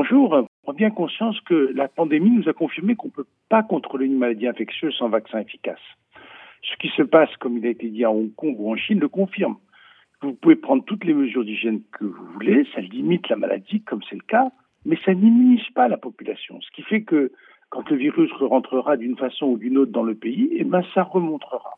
Bonjour. On a bien conscience que la pandémie nous a confirmé qu'on ne peut pas contrôler une maladie infectieuse sans vaccin efficace. Ce qui se passe, comme il a été dit à Hong Kong ou en Chine, le confirme. Vous pouvez prendre toutes les mesures d'hygiène que vous voulez, ça limite la maladie, comme c'est le cas, mais ça n'immunise pas la population. Ce qui fait que quand le virus rentrera d'une façon ou d'une autre dans le pays, ça remontera.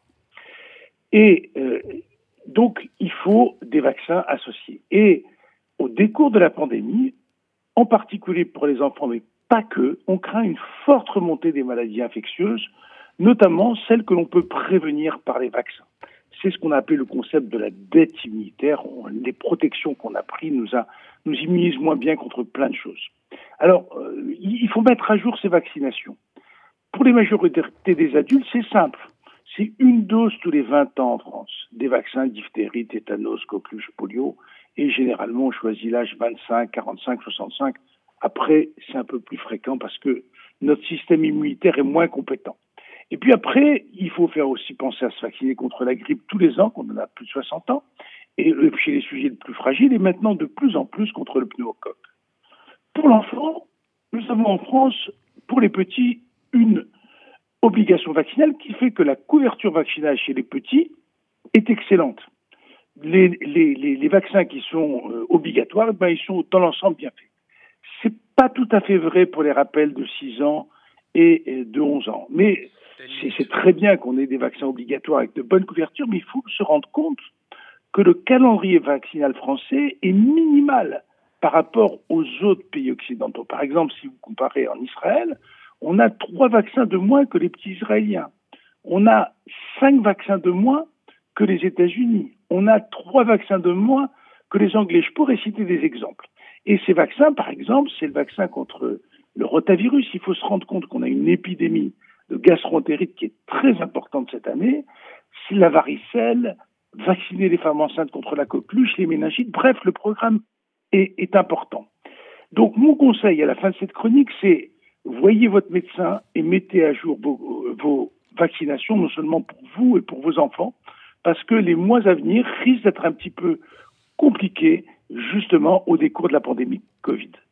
Et donc, il faut des vaccins associés. Et au décours de la pandémie, en particulier pour les enfants, mais pas que, on craint une forte remontée des maladies infectieuses, notamment celles que l'on peut prévenir par les vaccins. C'est ce qu'on a appelé le concept de la dette immunitaire. Les protections qu'on a prises nous immunisent moins bien contre plein de choses. Alors, il faut mettre à jour ces vaccinations. Pour les majorités des adultes, c'est simple. C'est une dose tous les 20 ans en France. Des vaccins diphtérie, tétanos, coqueluche, polio. Et généralement, on choisit l'âge 25, 45, 65. Après, c'est un peu plus fréquent parce que notre système immunitaire est moins compétent. Et puis après, il faut faire aussi penser à se vacciner contre la grippe tous les ans, quand on a plus de 60 ans, et chez les sujets les plus fragiles, et maintenant de plus en plus contre le pneumocoque. Pour l'enfant, nous avons en France, pour les petits, une obligation vaccinale qui fait que la couverture vaccinale chez les petits est excellente. Les vaccins qui sont obligatoires, ils sont dans l'ensemble bien faits. C'est pas tout à fait vrai pour les rappels de 6 ans et de 11 ans. Mais c'est très bien qu'on ait des vaccins obligatoires avec de bonnes couvertures, mais il faut se rendre compte que le calendrier vaccinal français est minimal par rapport aux autres pays occidentaux. Par exemple, si vous comparez en Israël, on a 3 vaccins de moins que les petits Israéliens. On a 5 vaccins de moins que les États-Unis. On a 3 vaccins de moins que les Anglais. Je pourrais citer des exemples. Et ces vaccins, par exemple, c'est le vaccin contre le rotavirus. Il faut se rendre compte qu'on a une épidémie de gastroentérite qui est très importante cette année. C'est la varicelle, vacciner les femmes enceintes contre la coqueluche, les méningites. Bref, le programme est important. Donc, mon conseil à la fin de cette chronique, c'est voyez votre médecin et mettez à jour vos vaccinations, non seulement pour vous et pour vos enfants, parce que les mois à venir risquent d'être un petit peu compliqués, justement, au décours de la pandémie Covid.